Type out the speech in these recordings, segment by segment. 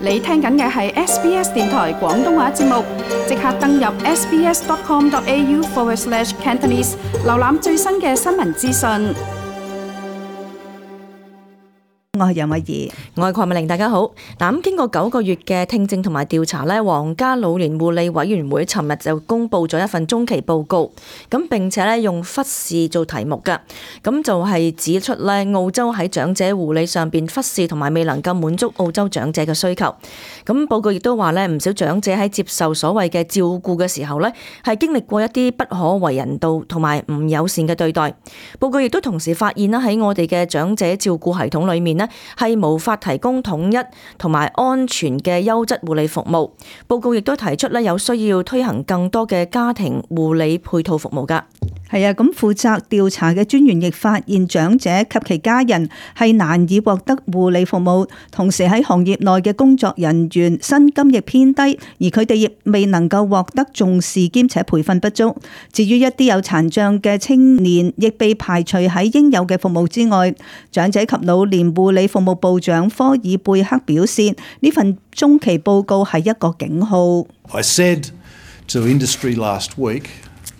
你聽緊嘅係 SBS 電台廣東話節目，即刻登入 sbs.com.au/Cantonese 瀏覽最新嘅新聞資訊。 我係楊慧儀， 我係鄺美玲，大家好。咁經過9個月嘅聽證同埋調查呢，皇家老年護理委員會尋日就公布咗一份中期報告，咁並且呢用忽視做題目嘅，咁就係指出呢澳洲喺長者護理上邊忽視同埋未能夠滿足澳洲長者嘅需求。咁報告亦都話呢，唔少長者喺接受所謂嘅照顧嘅時候呢，係經歷過一啲不可為人道同埋唔友善嘅對待。報告亦都同時發現啦，喺我哋嘅長者照顧系統裏面呢，係無法提供統一同埋安全嘅優質護理服務。報告亦都提出咧，有需要推行更多嘅家庭護理配套服務㗎。 係啊，咁負責調查嘅專員亦發現長者及其家人係難以獲得護理服務，同時喺行業內嘅工作人員薪金亦偏低，而佢哋亦未能夠獲得重視兼且培訓不足。至於一啲有殘障嘅青年，亦被排除喺應有嘅服務之外。長者及老年護理服務部長科爾貝克表示，呢份中期報告係一個警號。 I said to industry last week,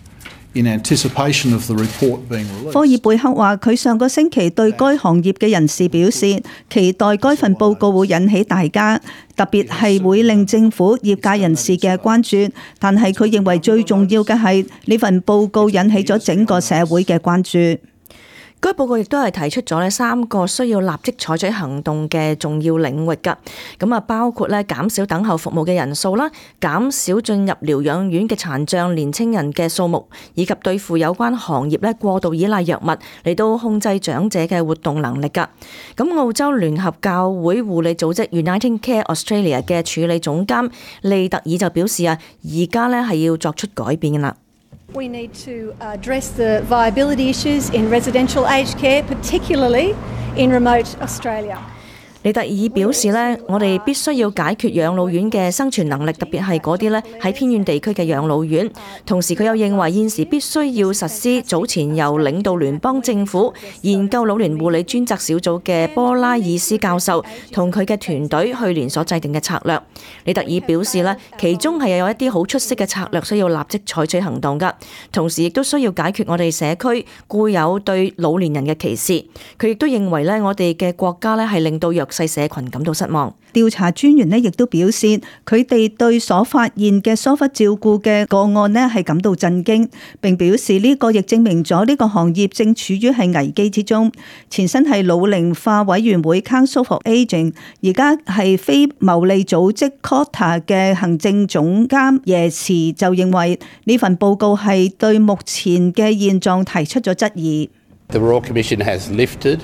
in anticipation of the report being released. 科爾貝克話：佢上個星期對該行業嘅人士表示，期待該份報告會引起大家，特別係會令政府業界人士嘅關注。但係佢認為最重要嘅係呢份報告引起咗整個社會嘅關注。 該報告亦都係提出咗3個需要立即採取行動嘅重要領域㗎，咁啊包括咧減少等候服務嘅人數啦，減少進入療養院嘅殘障年青人嘅數目，以及對付有關行業咧過度依賴藥物嚟到控制長者嘅活動能力㗎。咁澳洲聯合教會護理組織 Uniting Care Australia 嘅處理總監利特爾就表示啊，而家咧係要作出改變㗎啦。 We need to address the viability issues in residential aged care, particularly in remote Australia. 利特爾表示呢，我哋必須要解決養老院嘅生存能力，特別係嗰啲呢喺偏遠地區嘅養老院。同時佢又認為現時必須要實施早前由領導聯邦政府研究老年護理專責小組嘅波拉爾斯教授同佢嘅團隊去年所制定嘅策略。利特爾表示呢，其中係有一啲好出色嘅策略需要立即採取行動㗎，同時亦都需要解決我哋社區固有對老年人嘅歧視。佢亦都認為呢，我哋嘅國家呢係令到弱勢社群感到失望。 調查專員呢亦都表示，佢哋對所發現嘅疏忽照顧嘅個案呢係感到震驚，並表示呢個亦證明咗呢個行業正處於係危機之中。前身係老齡化委員會 Council for Aging， 而家係非牟利組織 COTA 嘅行政總監耶茨就認為呢份報告係對目前嘅現狀提出咗質疑。 The Royal Commission has lifted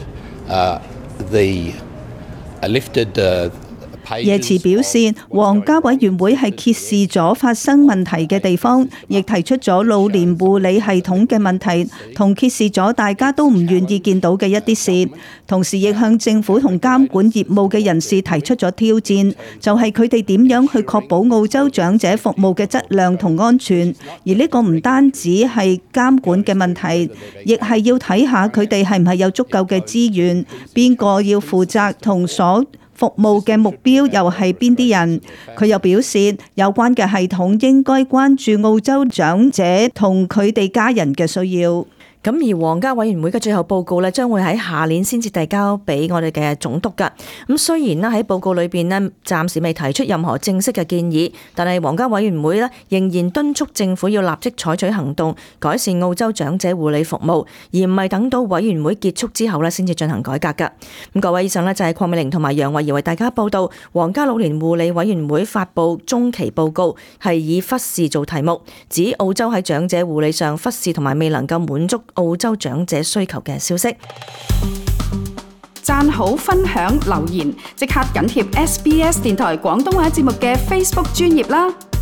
耶茨表示，皇家委員會係揭示咗發生問題嘅地方，亦提出咗老年護理系統嘅問題，同揭示咗大家都唔願意見到嘅一啲事。同時亦向政府同監管業務嘅人士提出咗挑戰，就係佢哋點樣去確保澳洲長者服務嘅質量同安全。而呢個唔單止係監管嘅問題，亦係要睇下佢哋係唔係有足夠嘅資源，邊個要負責同所服務嘅目標又係邊啲人？佢又表示，有關嘅系統應該關注澳洲長者同佢哋家人嘅需要。 咁而皇家委員會嘅最後報告咧，將會喺下年先至遞交俾我哋嘅總督㗎。咁雖然咧喺報告裏邊咧暫時未提出任何正式嘅建議，但係皇家委員會咧仍然敦促政府要立即採取行動，改善澳洲長者護理服務，而唔係等到委員會結束之後咧先至進行改革㗎。咁各位以上咧就係鄺美玲同埋楊慧儀為大家報道，皇家老年護理委員會發布中期報告係以忽視做題目，指澳洲喺長者護理上忽視同埋未能夠滿足澳洲長者需求嘅消息。 讚好、分享、留言，即刻緊貼SBS 電台廣東話節目嘅 Facebook 專頁啦！